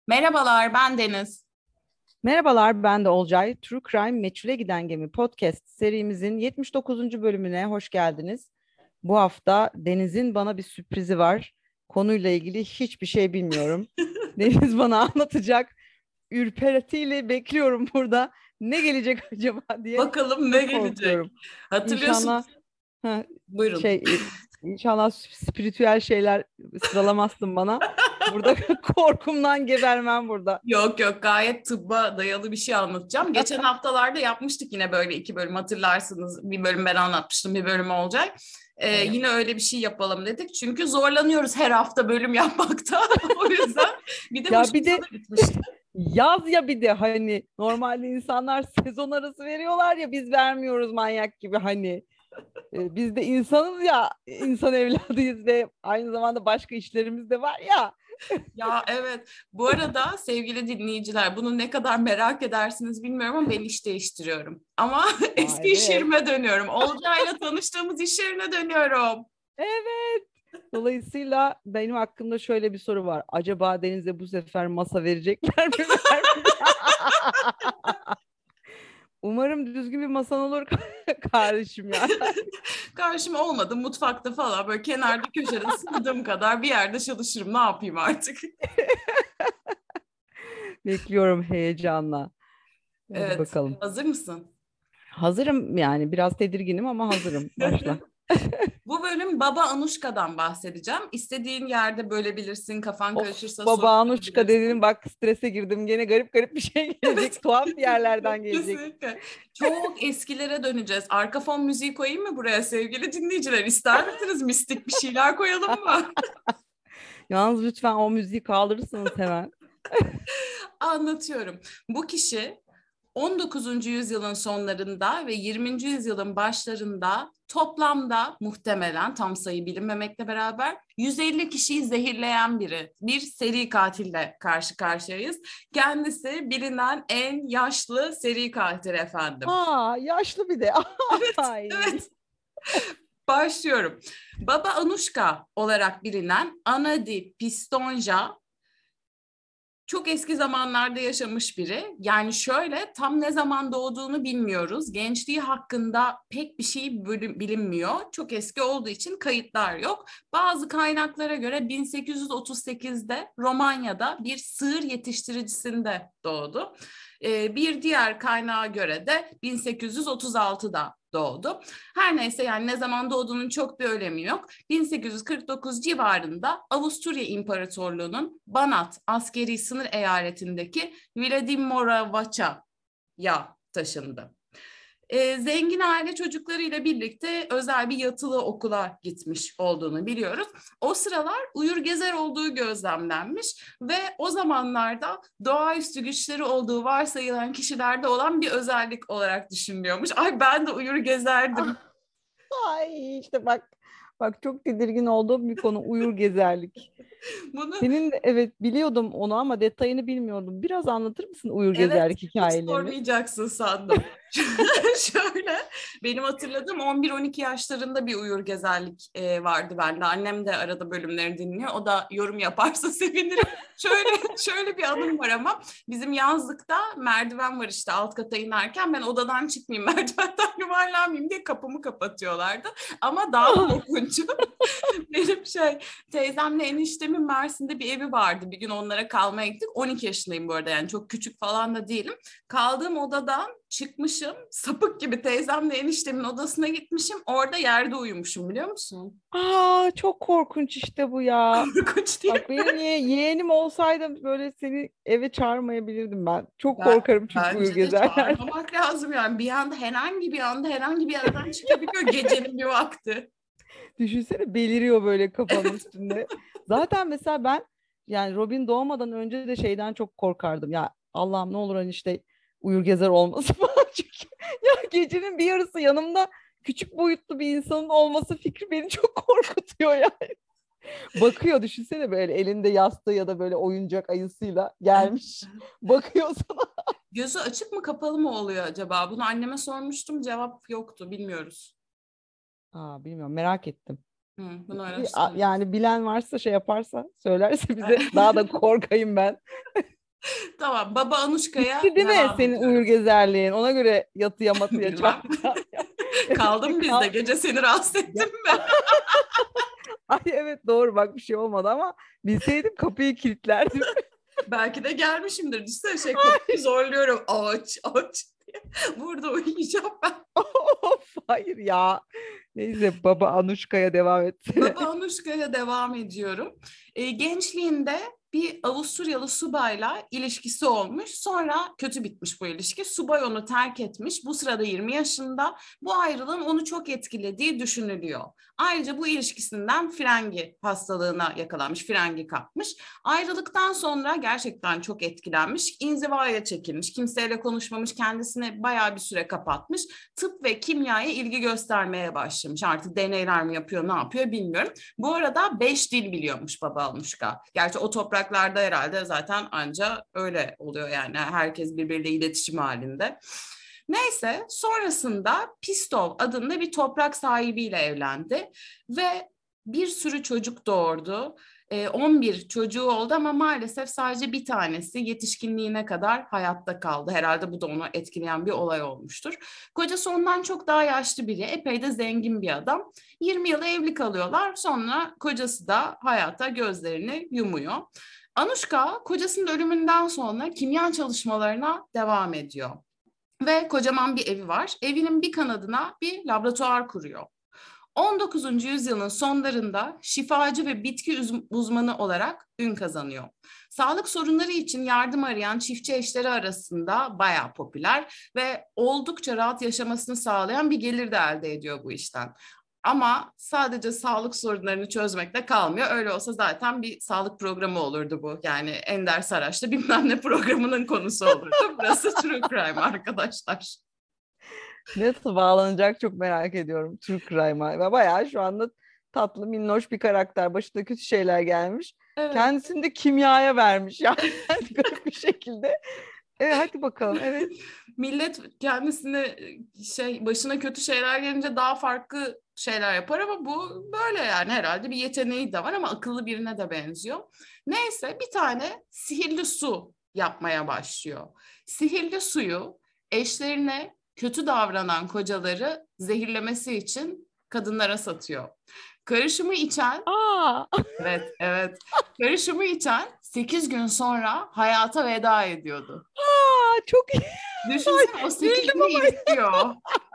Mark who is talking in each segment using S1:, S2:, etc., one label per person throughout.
S1: Merhabalar, ben Deniz.
S2: Merhabalar, ben de Olcay. True Crime Meçhule Giden Gemi podcast serimizin 79. bölümüne hoş geldiniz. Bu hafta Deniz'in bana bir sürprizi var. Konuyla ilgili hiçbir şey bilmiyorum. Deniz bana anlatacak. Ürpertiyle bekliyorum burada. Ne gelecek acaba diye
S1: Bakalım ne
S2: çok
S1: gelecek?
S2: korkuyorum. İnşallah
S1: Hatırlıyorsunuz.
S2: ha,
S1: Buyurun.
S2: inşallah spiritüel şeyler sıralamazsın bana. Burada korkumdan gebermem burada.
S1: Yok yok, gayet tıbba dayalı bir şey anlatacağım. Geçen haftalarda yapmıştık yine böyle iki bölüm, hatırlarsınız. Bir bölüm ben anlatmıştım, bir bölüm olacak.
S2: Evet.
S1: Yine öyle bir şey yapalım dedik. Çünkü zorlanıyoruz her hafta bölüm yapmakta. O yüzden bir de
S2: Ya bir
S1: hoşumuza
S2: de
S1: da gitmişti.
S2: yaz ya bir de hani normalde insanlar sezon arası veriyorlar ya biz vermiyoruz manyak gibi hani. Biz de insanız ya, insan evladıyız ve aynı zamanda başka işlerimiz de var ya.
S1: Ya evet, bu arada sevgili dinleyiciler, bunu ne kadar merak edersiniz bilmiyorum ama ben iş değiştiriyorum. Ama
S2: Aa,
S1: eski iş
S2: evet.
S1: yerime dönüyorum. Olcay'la tanıştığımız iş yerine dönüyorum.
S2: Evet. Dolayısıyla benim hakkımda şöyle bir soru var. Acaba Deniz'e bu sefer masa verecekler mi? Vermeyecek. Umarım düzgün bir masan olur kardeşim ya.
S1: Karşıma olmadı mutfakta falan, böyle kenarda köşede sığdığım kadar bir yerde çalışırım. Ne yapayım artık?
S2: Bekliyorum heyecanla. Hadi
S1: Evet,
S2: bakalım.
S1: hazır mısın?
S2: Hazırım yani biraz tedirginim ama hazırım. Başla.
S1: Bu bölüm Baba Anuşka'dan bahsedeceğim. İstediğin yerde bölebilirsin, kafan
S2: Of
S1: karışırsa soru
S2: baba Anuşka dedim,
S1: sorabilirsin.
S2: bak strese girdim. Gene garip garip bir şey
S1: Evet,
S2: gelecek. Tuhaf bir
S1: kesinlikle,
S2: yerlerden gelecek.
S1: kesinlikle. Çok eskilere döneceğiz. Arka fon müziği koyayım mı buraya sevgili dinleyiciler? İster misiniz? Mistik bir şeyler koyalım mı?
S2: Yalnız lütfen o müziği kaldırırsanız hemen.
S1: Anlatıyorum. Bu kişi 19. yüzyılın sonlarında ve 20. yüzyılın başlarında toplamda muhtemelen tam sayı bilinmemekle beraber 150 kişiyi zehirleyen biri. Bir seri katille karşı karşıyayız. Kendisi bilinen en yaşlı seri katil efendim.
S2: Aa, yaşlı bir de.
S1: Evet,
S2: Ay.
S1: evet. Başlıyorum. Baba Anuşka olarak bilinen Anadi Pistonja çok eski zamanlarda yaşamış biri. Yani şöyle, tam ne zaman doğduğunu bilmiyoruz. Gençliği hakkında pek bir şey bilinmiyor. Çok eski olduğu için kayıtlar yok. Bazı kaynaklara göre 1838'de Romanya'da bir sığır yetiştiricisinde doğdu. Bir diğer kaynağa göre de 1836'da doğdu. Her neyse, yani ne zaman doğduğunun çok bir önemi yok. 1849 civarında Avusturya İmparatorluğu'nun Banat askeri sınır eyaletindeki Vladimirovaca'ya taşındı. Zengin aile çocuklarıyla birlikte özel bir yatılı okula gitmiş olduğunu biliyoruz. O sıralar uyur gezer olduğu gözlemlenmiş ve o zamanlarda doğaüstü güçleri olduğu varsayılan kişilerde olan bir özellik olarak düşünülüyormuş. Ay, ben de uyur gezerdim.
S2: Ay işte bak. Bak çok tedirgin olduğum bir konu uyur gezerlik.
S1: Bunu
S2: Senin de evet biliyordum onu ama detayını bilmiyordum. Biraz anlatır mısın uyur
S1: Evet,
S2: gezerlik
S1: hiç
S2: hikayelerini?
S1: sormayacaksın sandım. Şöyle, benim hatırladığım 11-12 yaşlarında bir uyur gezerlik vardı bende. Annem de arada bölümleri dinliyor. O da yorum yaparsa sevinirim. Şöyle bir anım var ama bizim yazlıkta merdiven var, işte alt kata inerken ben odadan çıkmayayım, merdivenden yuvarlanmayayım diye kapımı kapatıyorlardı. Ama daha da korkunç. Benim teyzemle eniştemin Mersin'de bir evi vardı. Bir gün onlara kalmaya gittik. 12 yaşındayım bu arada, yani çok küçük falan da değilim. Kaldığım odadan çıkmışım. Sapık gibi teyzemle eniştemin odasına gitmişim. Orada yerde uyumuşum, biliyor musun?
S2: Aa, çok korkunç işte bu ya.
S1: Korkunç değil
S2: Bak benim
S1: mi?
S2: yeğenim olsaydı böyle seni eve çağırmayabilirdim ben. Çok
S1: Ben,
S2: korkarım çünkü uyur
S1: bence de
S2: gezerler.
S1: çağırmamak lazım yani. Bir anda, herhangi bir anda, herhangi bir yerden çıkabiliyor gecenin bir vakti.
S2: Düşünsene beliriyor böyle kafanın üstünde. Zaten mesela ben yani Robin doğmadan önce de şeyden çok korkardım. Ya Allah'ım ne olur hani işte uyur gezer olması falan. Çünkü ya gecenin bir yarısı yanımda küçük boyutlu bir insanın olması fikri beni çok korkutuyor ya. Bakıyor düşünsene böyle elinde yastığı ya da böyle oyuncak ayısıyla gelmiş. Bakıyor sana.
S1: Gözü açık mı kapalı mı oluyor acaba? Bunu anneme sormuştum, cevap yoktu, bilmiyoruz.
S2: Aa, bilmiyorum merak ettim.
S1: Bunu
S2: Bir,
S1: araştırırız.
S2: yani bilen varsa şey yaparsa söylerse bize daha da korkayım ben.
S1: Tamam, Baba Anuşka'ya
S2: Bitti değil mi
S1: devam
S2: senin uyur
S1: ediyorum.
S2: gezerliğin? Ona göre yatıya matıya
S1: Bilmem.
S2: çağıracağım.
S1: Kaldım bizde. Gece seni rahatsız
S2: Ya-
S1: ettim mi?
S2: Ay evet doğru bak bir şey olmadı ama bilseydim kapıyı kilitlerdim.
S1: Belki de gelmişimdir. Düşünsene kapıyı zorluyorum. Aç aç diye. Burada uyuyacağım ben.
S2: Of, hayır ya. Neyse baba Anuşka'ya devam etsene.
S1: Baba Anuşka'ya devam ediyorum. Gençliğinde bir Avusturyalı subayla ilişkisi olmuş. Sonra kötü bitmiş bu ilişki. Subay onu terk etmiş. Bu sırada 20 yaşında. Bu ayrılığın onu çok etkilediği düşünülüyor. Ayrıca bu ilişkisinden frengi hastalığına yakalanmış, frengi kapmış. Ayrılıktan sonra gerçekten çok etkilenmiş. İnzivaya çekilmiş, kimseyle konuşmamış, kendisini bayağı bir süre kapatmış. Tıp ve kimyaya ilgi göstermeye başlamış. Artık deneyler mi yapıyor, ne yapıyor bilmiyorum. Bu arada 5 dil biliyormuş Baba Almışka. Gerçi o topraklarda herhalde zaten anca öyle oluyor yani. Herkes birbiriyle iletişim halinde. Neyse sonrasında Pistov adında bir toprak sahibiyle evlendi ve bir sürü çocuk doğurdu. 11 çocuğu oldu ama maalesef sadece bir tanesi yetişkinliğine kadar hayatta kaldı. Herhalde bu da onu etkileyen bir olay olmuştur. Kocası ondan çok daha yaşlı biri, epey de zengin bir adam. 20 yıl evli kalıyorlar. Sonra kocası da hayata gözlerini yumuyor. Anuşka kocasının ölümünden sonra kimya çalışmalarına devam ediyor. Ve kocaman bir evi var. Evinin bir kanadına bir laboratuvar kuruyor. 19. yüzyılın sonlarında şifacı ve bitki uzmanı olarak ün kazanıyor. Sağlık sorunları için yardım arayan çiftçi eşleri arasında bayağı popüler ve oldukça rahat yaşamasını sağlayan bir gelir de elde ediyor bu işten. Ama sadece sağlık sorunlarını çözmekle kalmıyor. Öyle olsa zaten bir sağlık programı olurdu bu. Yani Ender Saraç'ta bilmem ne programının konusu olurdu. Burası True Crime arkadaşlar.
S2: Nasıl bağlanacak çok merak ediyorum True Crime'a. Ve bayağı şu anda tatlı minnoş bir karakter. Başına kötü şeyler gelmiş.
S1: Evet.
S2: Kendisini de kimyaya vermiş yani garip bir şekilde. Evet hadi bakalım evet.
S1: Millet kendisine başına kötü şeyler gelince daha farklı şeyler yapar ama bu böyle yani herhalde bir yeteneği de var ama akıllı birine de benziyor. Neyse bir tane sihirli su yapmaya başlıyor. Sihirli suyu eşlerine kötü davranan kocaları zehirlemesi için kadınlara satıyor. Karışımı içen
S2: Aa,
S1: evet evet karışımı içen 8 gün sonra hayata veda ediyordu.
S2: çok iyi. Ay,
S1: Düşünsene o 8
S2: güldüm
S1: günü
S2: ama.
S1: iritiyor.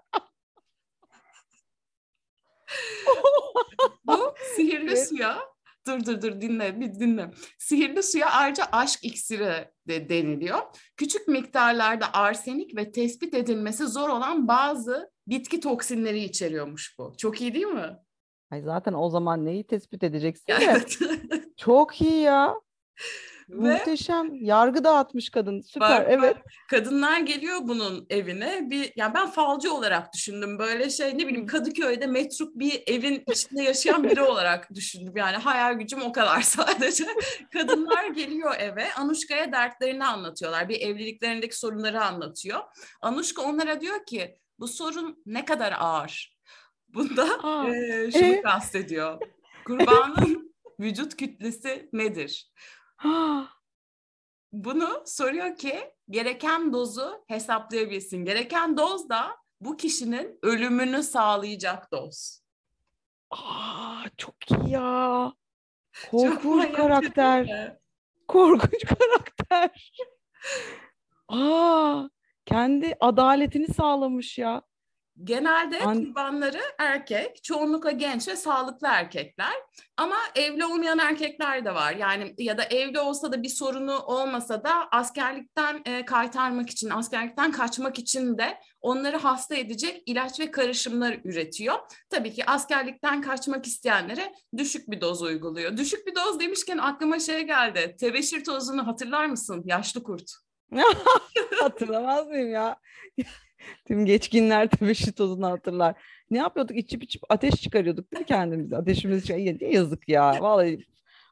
S1: Bu sihirli
S2: Evet.
S1: suya dur dinle bir dinle. Sihirli suya ayrıca aşk iksiri de deniliyor. Küçük miktarlarda arsenik ve tespit edilmesi zor olan bazı bitki toksinleri içeriyormuş bu. Çok iyi değil mi?
S2: Ay zaten o zaman neyi tespit edeceksin
S1: Ya
S2: de.
S1: evet.
S2: Çok iyi ya.
S1: Ve
S2: Muhteşem. Yargı dağıtmış kadın. Süper.
S1: bak
S2: Evet.
S1: bak kadınlar geliyor bunun evine bir yani ben falcı olarak düşündüm böyle ne bileyim Kadıköy'de metruk bir evin içinde yaşayan biri olarak düşündüm yani hayal gücüm o kadar sadece kadınlar geliyor eve Anuşka'ya dertlerini anlatıyorlar bir evliliklerindeki sorunları anlatıyor Anuşka onlara diyor ki bu sorun ne kadar ağır bunda
S2: Aa,
S1: şunu
S2: e,
S1: kastediyor
S2: evet.
S1: kurbanın vücut kütlesi nedir?
S2: Ah,
S1: Bunu soruyor ki gereken dozu hesaplayabilsin. Gereken doz da bu kişinin ölümünü sağlayacak doz.
S2: çok iyi ya.
S1: Çok
S2: Korkunç
S1: manyakça değil
S2: karakter.
S1: mi?
S2: Korkunç karakter. Kendi adaletini sağlamış ya.
S1: Genelde
S2: An
S1: kurbanları erkek, çoğunlukla genç ve sağlıklı erkekler. Ama evli olmayan erkekler de var. Yani ya da evli olsa da bir sorunu olmasa da askerlikten kaytarmak için, askerlikten kaçmak için de onları hasta edecek ilaç ve karışımlar üretiyor. Tabii ki askerlikten kaçmak isteyenlere düşük bir doz uyguluyor. Düşük bir doz demişken aklıma geldi. Tebeşir tozunu hatırlar mısın? Yaşlı kurt.
S2: hatırlamaz mıyım ya? Tüm geçkinler tebeşir tozunu hatırlar. Ne yapıyorduk? İçip içip ateş çıkarıyorduk değil mi kendimize? Ateşimiz yazık ya. Vallahi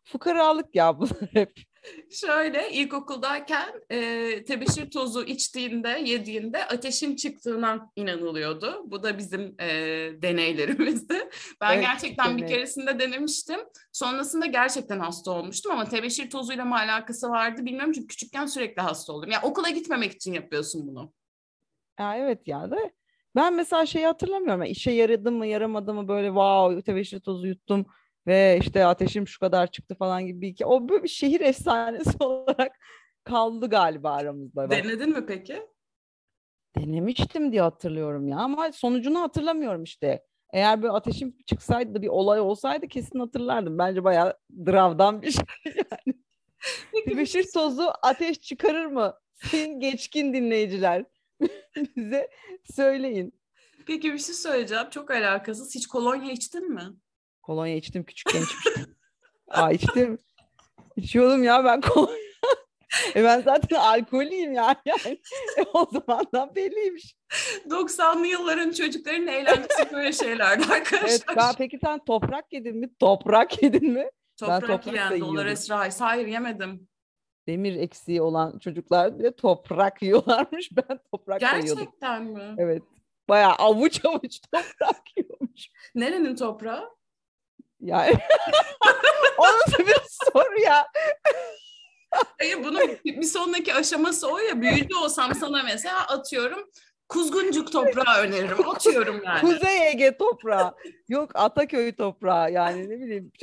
S2: Fukaralık ya bunlar hep.
S1: Şöyle ilkokuldayken tebeşir tozu içtiğinde, yediğinde ateşin çıktığına inanılıyordu. Bu da bizim deneylerimizdi. Ben
S2: Evet, küçük
S1: gerçekten bir
S2: deney.
S1: keresinde denemiştim. Sonrasında gerçekten hasta olmuştum ama tebeşir tozuyla mı alakası vardı bilmiyorum. Çünkü küçükken sürekli hasta oldum. Ya okula gitmemek için yapıyorsun bunu.
S2: Ya evet ya da ben mesela şeyi hatırlamıyorum. Yani işe yaradı mı yaramadı mı böyle wow tebeşir tozu yuttum ve işte ateşim şu kadar çıktı falan gibi bir hikaye. O böyle bir şehir efsanesi olarak kaldı galiba aramızda. Bak
S1: Denedin mi peki?
S2: denemiştim diye hatırlıyorum ya ama sonucunu hatırlamıyorum işte. Eğer böyle ateşim çıksaydı da bir olay olsaydı kesin hatırlardım. Bence bayağı dravdan bir şey.
S1: Peki bir şey
S2: Tebeşir tozu ateş çıkarır mı? Sayın geçkin dinleyiciler bize söyleyin.
S1: Peki bir şey söyleyeceğim. Çok alakasız. Hiç kolonya içtin mi?
S2: Kolonya içtim küçükken içmiştim. Aa içtim. İçiyordum ya ben kolonya. Ben zaten alkolüyüm yani. O zamandan belliymiş.
S1: 90'lı yılların çocukların eğlencesi böyle şeylerdi
S2: Evet
S1: arkadaşlar.
S2: ben peki sen toprak yedin mi? Toprak yedin mi? Ben
S1: Toprak
S2: toprak da
S1: yiyen
S2: yiyordum.
S1: Dolores Rice. Hayır yemedim.
S2: Demir eksiği olan çocuklar bile toprak yiyorlarmış. Ben toprak da yiyordum.
S1: Gerçekten mi?
S2: Evet. Bayağı avuç avuç toprak yiyormuş.
S1: Nerenin toprağı?
S2: Yani o nasıl bir soru ya?
S1: Hayır bunun bir sonraki aşaması o ya. Büyücü olsam sana mesela atıyorum Kuzguncuk toprağı öneririm. Atıyorum yani.
S2: Kuzey Ege toprağı. Yok Ataköy toprağı yani ne bileyim.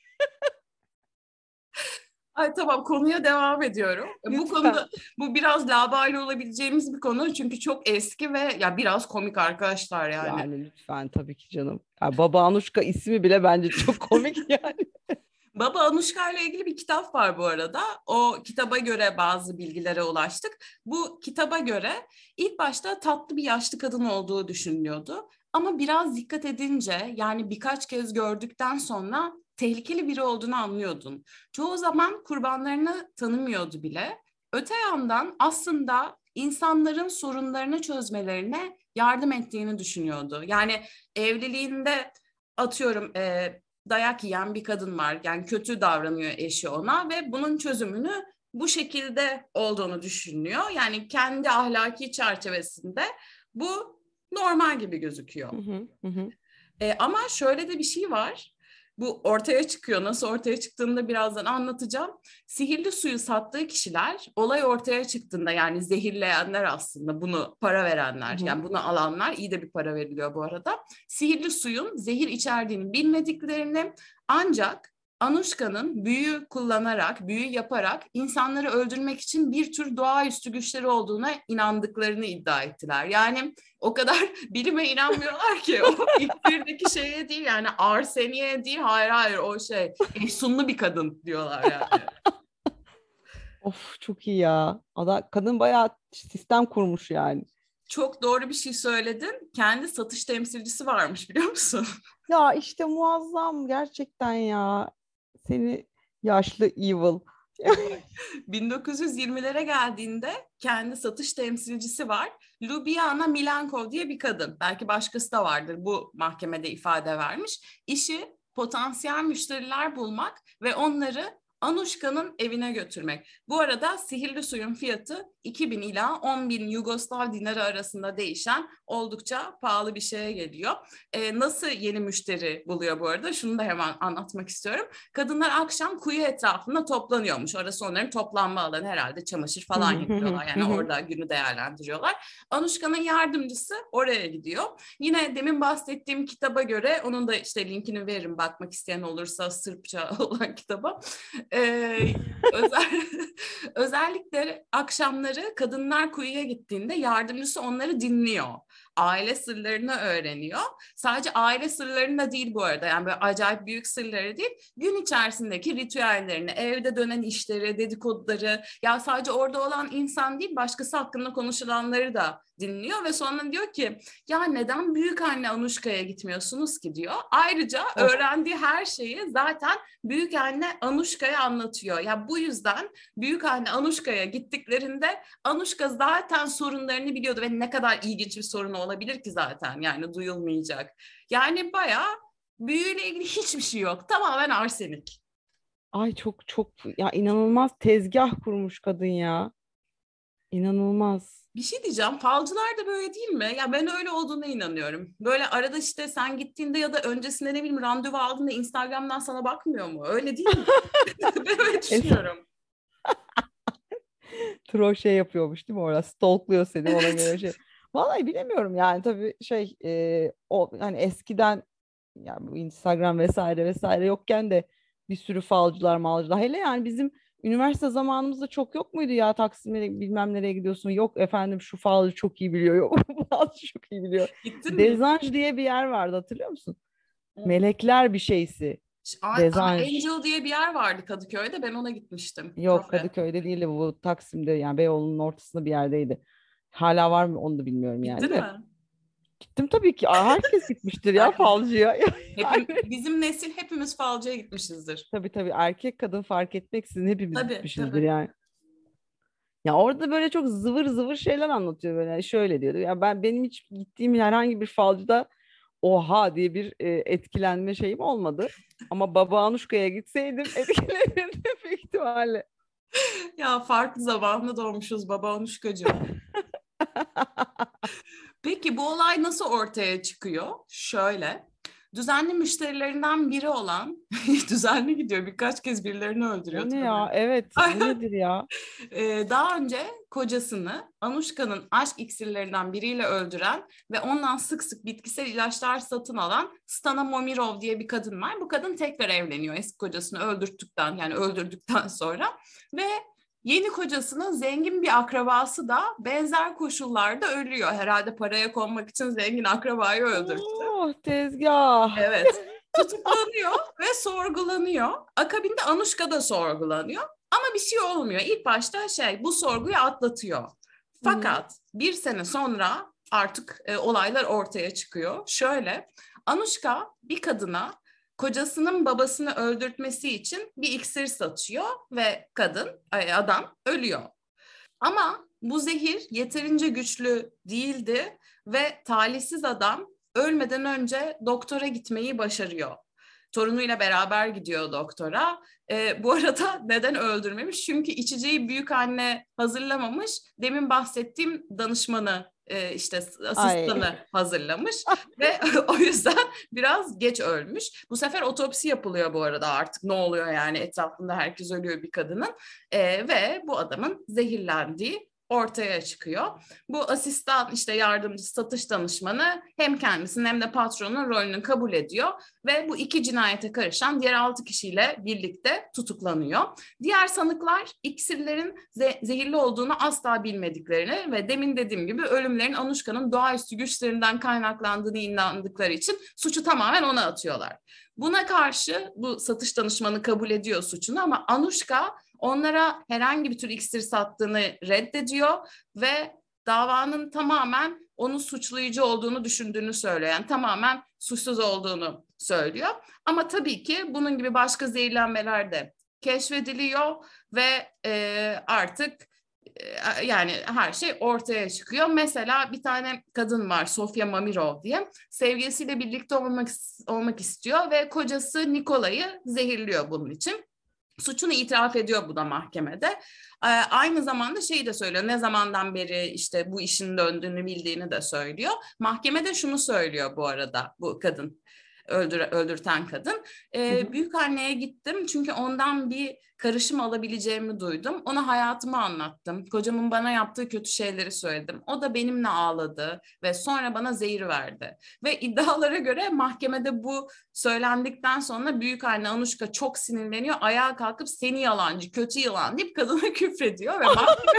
S1: Ay tamam konuya devam ediyorum. Bu
S2: Lütfen.
S1: konuda bu biraz laubali olabileceğimiz bir konu çünkü çok eski ve ya biraz komik arkadaşlar yani.
S2: Yani lütfen tabii ki canım. Ya Baba Anuşka ismi bile bence çok komik yani.
S1: Baba Anuşka ile ilgili bir kitap var bu arada. O kitaba göre bazı bilgilere ulaştık. Bu kitaba göre ilk başta tatlı bir yaşlı kadın olduğu düşünülüyordu. Ama biraz dikkat edince yani birkaç kez gördükten sonra tehlikeli biri olduğunu anlıyordun. Çoğu zaman kurbanlarını tanımıyordu bile. Öte yandan aslında insanların sorunlarını çözmelerine yardım ettiğini düşünüyordu. Yani evliliğinde atıyorum dayak yiyen bir kadın var. Yani kötü davranıyor eşi ona ve bunun çözümünü bu şekilde olduğunu düşünüyor. Yani kendi ahlaki çerçevesinde bu normal gibi gözüküyor.
S2: Hı hı, hı hı.
S1: Ama şöyle de bir şey var. Bu ortaya çıkıyor. Nasıl ortaya çıktığını da birazdan anlatacağım. Sihirli suyu sattığı kişiler olay ortaya çıktığında yani zehirleyenler aslında bunu para
S2: Hı
S1: verenler
S2: hı.
S1: yani bunu alanlar iyi de bir para veriliyor bu arada. Sihirli suyun zehir içerdiğini bilmediklerini ancak Anuşka'nın büyü kullanarak, büyü yaparak insanları öldürmek için bir tür doğaüstü güçleri olduğuna inandıklarını iddia ettiler. Yani o kadar bilime inanmıyorlar ki o iksirdeki şeye değil yani arseniye değil hayır hayır o şey efsunlu bir kadın diyorlar yani.
S2: Of çok iyi ya. Kadın bayağı sistem kurmuş yani.
S1: Çok doğru bir şey söyledin. Kendi satış temsilcisi varmış biliyor musun?
S2: Ya işte muazzam gerçekten ya. Seni yaşlı evil.
S1: Bak, 1920'lere geldiğinde kendi satış temsilcisi var. Ljubljana Milankov diye bir kadın. Belki başkası da vardır bu mahkemede ifade vermiş. İşi potansiyel müşteriler bulmak ve onları Anuşka'nın evine götürmek. Bu arada sihirli suyun fiyatı 2.000 ila 10.000 Yugoslav dinarı arasında değişen oldukça pahalı bir şeye geliyor. Nasıl yeni müşteri buluyor bu arada? Şunu da hemen anlatmak istiyorum. Kadınlar akşam kuyu etrafında toplanıyormuş. Orası onların toplanma alanı herhalde çamaşır
S2: Hı
S1: falan
S2: hı, hı hı,
S1: yapıyorlar.
S2: hı
S1: Yani
S2: hı.
S1: orada günü değerlendiriyorlar. Anuşka'nın yardımcısı oraya gidiyor. Yine demin bahsettiğim kitaba göre onun da işte linkini veririm bakmak isteyen olursa Sırpça olan kitaba. Ee, özel, özellikle akşamları kadınlar kuyuya gittiğinde yardımcısı onları dinliyor. Aile sırlarını öğreniyor. Sadece aile sırlarını da değil bu arada. Yani böyle acayip büyük sırları değil. Gün içerisindeki ritüellerini, evde dönen işleri, dedikoduları, ya sadece orada olan insan değil, başkası hakkında konuşulanları da dinliyor ve sonra diyor ki ya neden büyük anne Anuşka'ya gitmiyorsunuz ki diyor. Ayrıca
S2: Of.
S1: öğrendiği her şeyi zaten büyük anne Anuşka'ya anlatıyor. Ya bu yüzden büyük anne Anuşka'ya gittiklerinde Anuşka zaten sorunlarını biliyordu ve ne kadar ilginç bir sorun olabilir ki zaten yani duyulmayacak. Yani bayağı büyüyle ilgili hiçbir şey yok. Tamamen arsenik.
S2: Ay çok çok ya, inanılmaz tezgah kurmuş kadın ya. İnanılmaz.
S1: Bir şey diyeceğim. Falcılar da böyle değil mi? Ya ben öyle olduğuna inanıyorum. Böyle arada işte sen gittiğinde ya da öncesinde ne bileyim randevu aldığında Instagram'dan sana bakmıyor mu? Öyle değil mi? Ben öyle düşünüyorum.
S2: Troll şey yapıyormuş değil mi orada? Stalkluyor seni, ona göre
S1: Evet.
S2: şey. Vallahi bilemiyorum yani, tabii şey, o hani eskiden, yani bu Instagram vesaire vesaire yokken de bir sürü falcılar malcılar. Hele yani bizim üniversite zamanımızda çok yok muydu ya, Taksim'e bilmem nereye gidiyorsun. Yok efendim şu falcı çok iyi biliyor. Yok bu falcı çok iyi biliyor.
S1: Gittin mi hiç?
S2: Dezanj diye bir yer vardı, hatırlıyor musun? Melekler bir şeysi. Dezanj.
S1: Angel diye bir yer vardı Kadıköy'de. Ben ona gitmiştim.
S2: Yok,
S1: Kafe.
S2: Kadıköy'de değil de bu Taksim'de, yani Beyoğlu'nun ortasında bir yerdeydi. Hala var mı onu da bilmiyorum yani
S1: Gittin
S2: de.
S1: mi?
S2: Gittim tabii ki. Herkes gitmiştir ya
S1: Herkes.
S2: falcıya. Yani,
S1: Bizim nesil hepimiz falcıya gitmişizdir.
S2: tabii tabii, erkek kadın fark etmeksizin hepimiz
S1: Tabii,
S2: gitmişizdir
S1: tabii.
S2: yani. Ya orada böyle çok zıvır zıvır şeyler anlatıyor böyle. Yani şöyle diyordu. Ya benim hiç gittiğim herhangi bir falcıda oha diye bir etkilenme şeyim olmadı. Ama Baba Anuşka'ya gitseydim etkilenirdim büyük ihtimalle.
S1: Ya farklı zamanında doğmuşuz baba Onuşkacığım. Peki bu olay nasıl ortaya çıkıyor? Şöyle, düzenli müşterilerinden biri olan, düzenli gidiyor birkaç kez birilerini öldürüyor
S2: O ne
S1: tabii.
S2: ya? Evet, bu nedir ya?
S1: Daha önce kocasını Anuşka'nın aşk iksirlerinden biriyle öldüren ve ondan sık sık bitkisel ilaçlar satın alan Stana Momirov diye bir kadın var. Bu kadın tekrar evleniyor eski kocasını öldürdükten sonra ve yeni kocasının zengin bir akrabası da benzer koşullarda ölüyor. Herhalde paraya konmak için zengin akrabayı öldürttü.
S2: Oh, tezgah.
S1: Evet. Tutuklanıyor ve sorgulanıyor. Akabinde Anuşka da sorgulanıyor. Ama bir şey olmuyor. İlk başta bu sorguyu atlatıyor.
S2: Hı hı.
S1: Fakat bir sene sonra artık olaylar ortaya çıkıyor. Şöyle, Anuşka bir kadına kocasının babasını öldürtmesi için bir iksir satıyor ve adam ölüyor. Ama bu zehir yeterince güçlü değildi ve talihsiz adam ölmeden önce doktora gitmeyi başarıyor. Torunuyla beraber gidiyor doktora. Bu arada neden öldürmemiş? Çünkü içeceği büyük anne hazırlamamış. Demin bahsettiğim danışmanı işte
S2: Ay.
S1: asistanı hazırlamış ve o yüzden biraz geç ölmüş. Bu sefer otopsi yapılıyor bu arada, artık ne oluyor yani, etrafında herkes ölüyor bir kadının. Ve bu adamın zehirlendiği ortaya çıkıyor. Bu asistan işte yardımcı satış danışmanı hem kendisinin hem de patronun rolünü kabul ediyor ve bu iki cinayete karışan diğer 6 kişiyle birlikte tutuklanıyor. Diğer sanıklar iksirlerin zehirli olduğunu asla bilmediklerini ve demin dediğim gibi ölümlerin Anuşka'nın doğaüstü güçlerinden kaynaklandığını inandıkları için suçu tamamen ona atıyorlar. Buna karşı bu satış danışmanı kabul ediyor suçunu ama Anuşka onlara herhangi bir tür iksir sattığını reddediyor ve davanın tamamen onu suçlayıcı olduğunu düşündüğünü söylüyor. Yani tamamen suçsuz olduğunu söylüyor. Ama tabii ki bunun gibi başka zehirlenmeler de keşfediliyor ve artık yani her şey ortaya çıkıyor. Mesela bir tane kadın var, Sofia Mamirov diye. Sevgilisiyle birlikte olmak istiyor ve kocası Nikola'yı zehirliyor bunun için. Suçunu itiraf ediyor bu da mahkemede. Aynı zamanda şeyi de söylüyor. Ne zamandan beri işte bu işin döndüğünü bildiğini de söylüyor. Mahkemede şunu söylüyor bu arada bu kadın. Öldürten kadın.
S2: Hı hı.
S1: Büyük anneye gittim çünkü ondan bir karışım alabileceğimi duydum. Ona hayatımı anlattım. Kocamın bana yaptığı kötü şeyleri söyledim. O da benimle ağladı ve sonra bana zehir verdi. Ve iddialara göre mahkemede bu söylendikten sonra büyük anne Anuşka çok sinirleniyor. Ayağa kalkıp seni yalancı, kötü yılan deyip kadına küfrediyor ve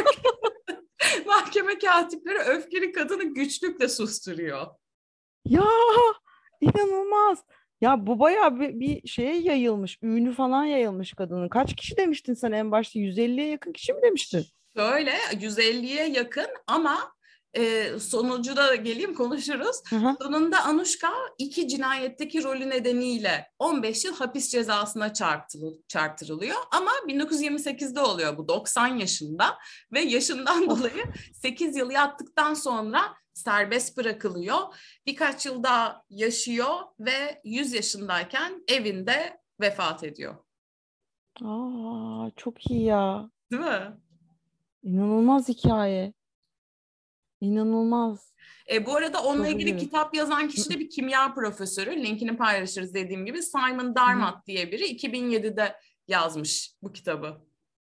S1: mahkeme katipleri öfkeli kadını güçlükle susturuyor.
S2: Ya inanılmaz. Ya bu bayağı bir şeye yayılmış. Ünü falan yayılmış kadının. Kaç kişi demiştin sen en başta? 150'ye yakın kişi mi demiştin?
S1: Şöyle 150'ye yakın ama sonucu da geleyim konuşuruz.
S2: Hı hı.
S1: Sonunda Anuşka 2 cinayetteki rolü nedeniyle 15 yıl hapis cezasına çarptırılıyor. Ama 1928'de oluyor bu, 90 yaşında ve yaşından
S2: Of.
S1: dolayı 8 yıl yattıktan sonra serbest bırakılıyor. Birkaç yıl daha yaşıyor ve 100 yaşındayken evinde vefat ediyor.
S2: Aa, çok iyi ya.
S1: Değil mi?
S2: İnanılmaz hikaye. İnanılmaz.
S1: Bu arada onunla
S2: Çok
S1: ilgili
S2: iyi.
S1: kitap yazan kişi de bir kimya profesörü. Linkini paylaşırız dediğim gibi. Simon
S2: Hı hı.
S1: Darmat diye biri 2007'de yazmış bu kitabı.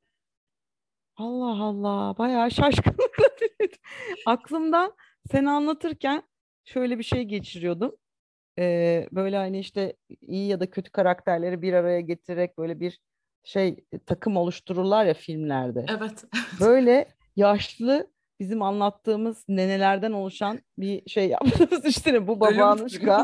S2: Allah Allah. Bayağı şaşkınlıkla dinledim. Aklımdan sen anlatırken şöyle bir şey geçiriyordum. Böyle hani işte iyi ya da kötü karakterleri bir araya getirerek böyle bir takım oluştururlar ya filmlerde.
S1: Evet.
S2: Böyle yaşlı bizim anlattığımız nenelerden oluşan bir şey yaptığımız işte bu
S1: Ölüm
S2: babanuşka
S1: film.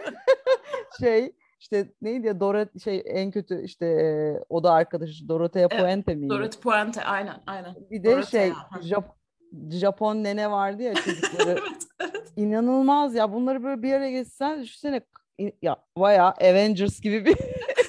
S2: işte neydi ya en kötü işte o da arkadaşı Dorothea
S1: Evet.
S2: Puente miydi?
S1: Dorothy Puente, aynen aynen.
S2: Bir de
S1: Dorothea.
S2: Japon nene vardı ya çocukları.
S1: Evet, evet.
S2: İnanılmaz ya, bunları böyle bir araya geçsen düşünsene ya bayağı Avengers gibi bir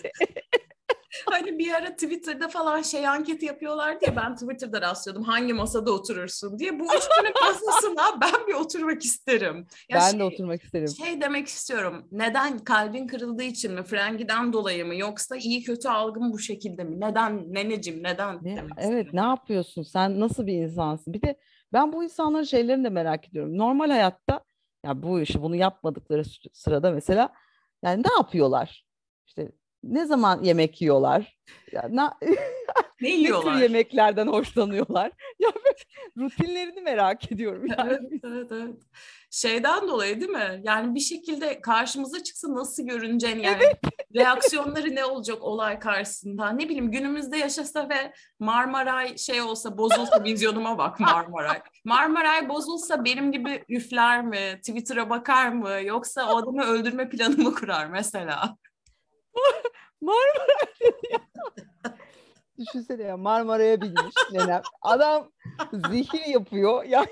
S1: Hani bir ara Twitter'da falan şey anketi yapıyorlar diye ben Twitter'da rastlıyordum. Hangi masada oturursun diye. Bu üçlünün masasına ben bir oturmak isterim. Ya
S2: ben de oturmak isterim.
S1: şey demek istiyorum. Neden kalbin kırıldığı için mi? Frengiden dolayı mı? Yoksa iyi kötü algım bu şekilde mi? Neden neneciğim neden demek
S2: Evet,
S1: isterim.
S2: ne yapıyorsun sen, nasıl bir insansın? Bir de ben bu insanların şeylerini de merak ediyorum. Normal hayatta ya bu işi bunu yapmadıkları sırada mesela yani ne yapıyorlar? İşte ne zaman yemek yiyorlar? Ya,
S1: Ne
S2: ne tür
S1: yiyorlar?
S2: yemeklerden hoşlanıyorlar? Ya ben rutinlerini merak ediyorum yani.
S1: Evet, evet, evet. Şeyden dolayı değil mi? Yani bir şekilde karşımıza çıksa nasıl görüneceğini yani reaksiyonları ne olacak olay karşısında? Ne bileyim günümüzde yaşasa ve Marmaray şey olsa bozulsa vizyonuma bak Marmaray. Marmaray bozulsa benim gibi üfler mi? Twitter'a bakar mı? Yoksa o adamı öldürme planı mı kurar mesela?
S2: Marmara düşünsene ya, Marmara'ya binmiş nenem. Adam zihir yapıyor. Ya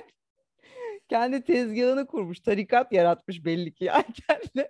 S2: kendi tezgahını kurmuş. Tarikat yaratmış belli ki yani kendi.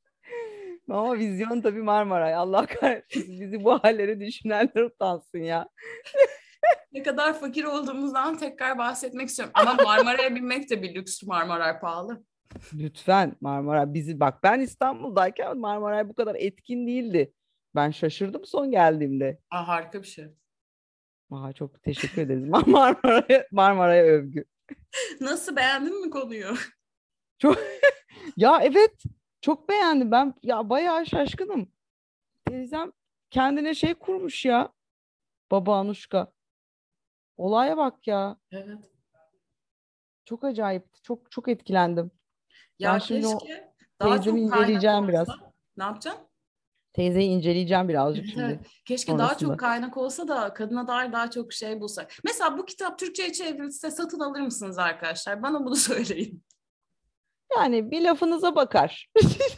S2: Ama vizyon tabii Marmaray. Allah kahretsin. Bizi bu hallere düşünenler utansın ya.
S1: Ne kadar fakir olduğumuzdan tekrar bahsetmek istiyorum. Ama Marmara'ya binmek de bir lüks. Marmaray pahalı.
S2: Lütfen Marmara bizi bak, ben İstanbul'dayken Marmaray bu kadar etkin değildi. Ben şaşırdım son geldiğimde.
S1: Aa, harika bir şey.
S2: Aa, çok teşekkür ederiz. Marmara'ya övgü.
S1: Nasıl beğendin mi konuyu?
S2: Çok ya evet, çok beğendim ben ya, bayağı şaşkınım. Teyzem kendine şey kurmuş ya, baba Anuşka. Olaya bak ya.
S1: Evet.
S2: Çok acayip. Çok çok etkilendim. Ben
S1: Ya
S2: şimdi o
S1: keşke daha
S2: teyzemi
S1: çok kaynak
S2: inceleyeceğim biraz.
S1: olsa. Ne yapacaksın?
S2: Teyzeyi inceleyeceğim birazcık
S1: Evet, evet.
S2: şimdi
S1: Keşke daha çok
S2: sonrasında.
S1: kaynak olsa da kadına dair daha çok şey bulsak. Mesela bu kitap Türkçe'ye çevrilse satın alır mısınız arkadaşlar? Bana bunu söyleyin.
S2: Yani bir lafınıza bakar.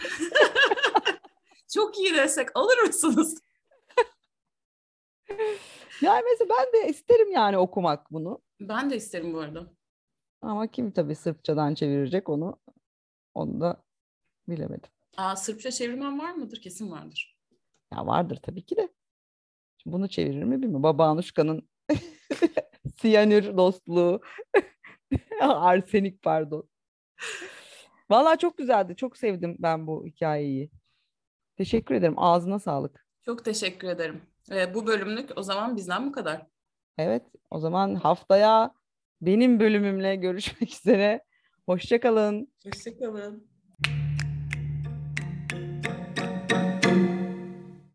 S1: Çok iyi desek alır mısınız?
S2: Yani mesela ben de isterim yani okumak bunu.
S1: Ben de isterim bu arada.
S2: Ama kim tabii Sırpçadan çevirecek onu, onu da bilemedim.
S1: Aa, Sırpça çevirmen var mıdır? Kesin vardır.
S2: Ya vardır tabii ki de. Şimdi bunu çevirir mi bilmiyorum. Baba Anuşka'nın siyanür dostluğu. Arsenik pardon. Vallahi çok güzeldi. Çok sevdim ben bu hikayeyi. Teşekkür ederim. Ağzına sağlık.
S1: Çok teşekkür ederim. Bu bölümlük o zaman bizden bu kadar.
S2: Evet, o zaman haftaya benim bölümümle görüşmek üzere. Hoşça kalın.
S1: Hoşçakalın.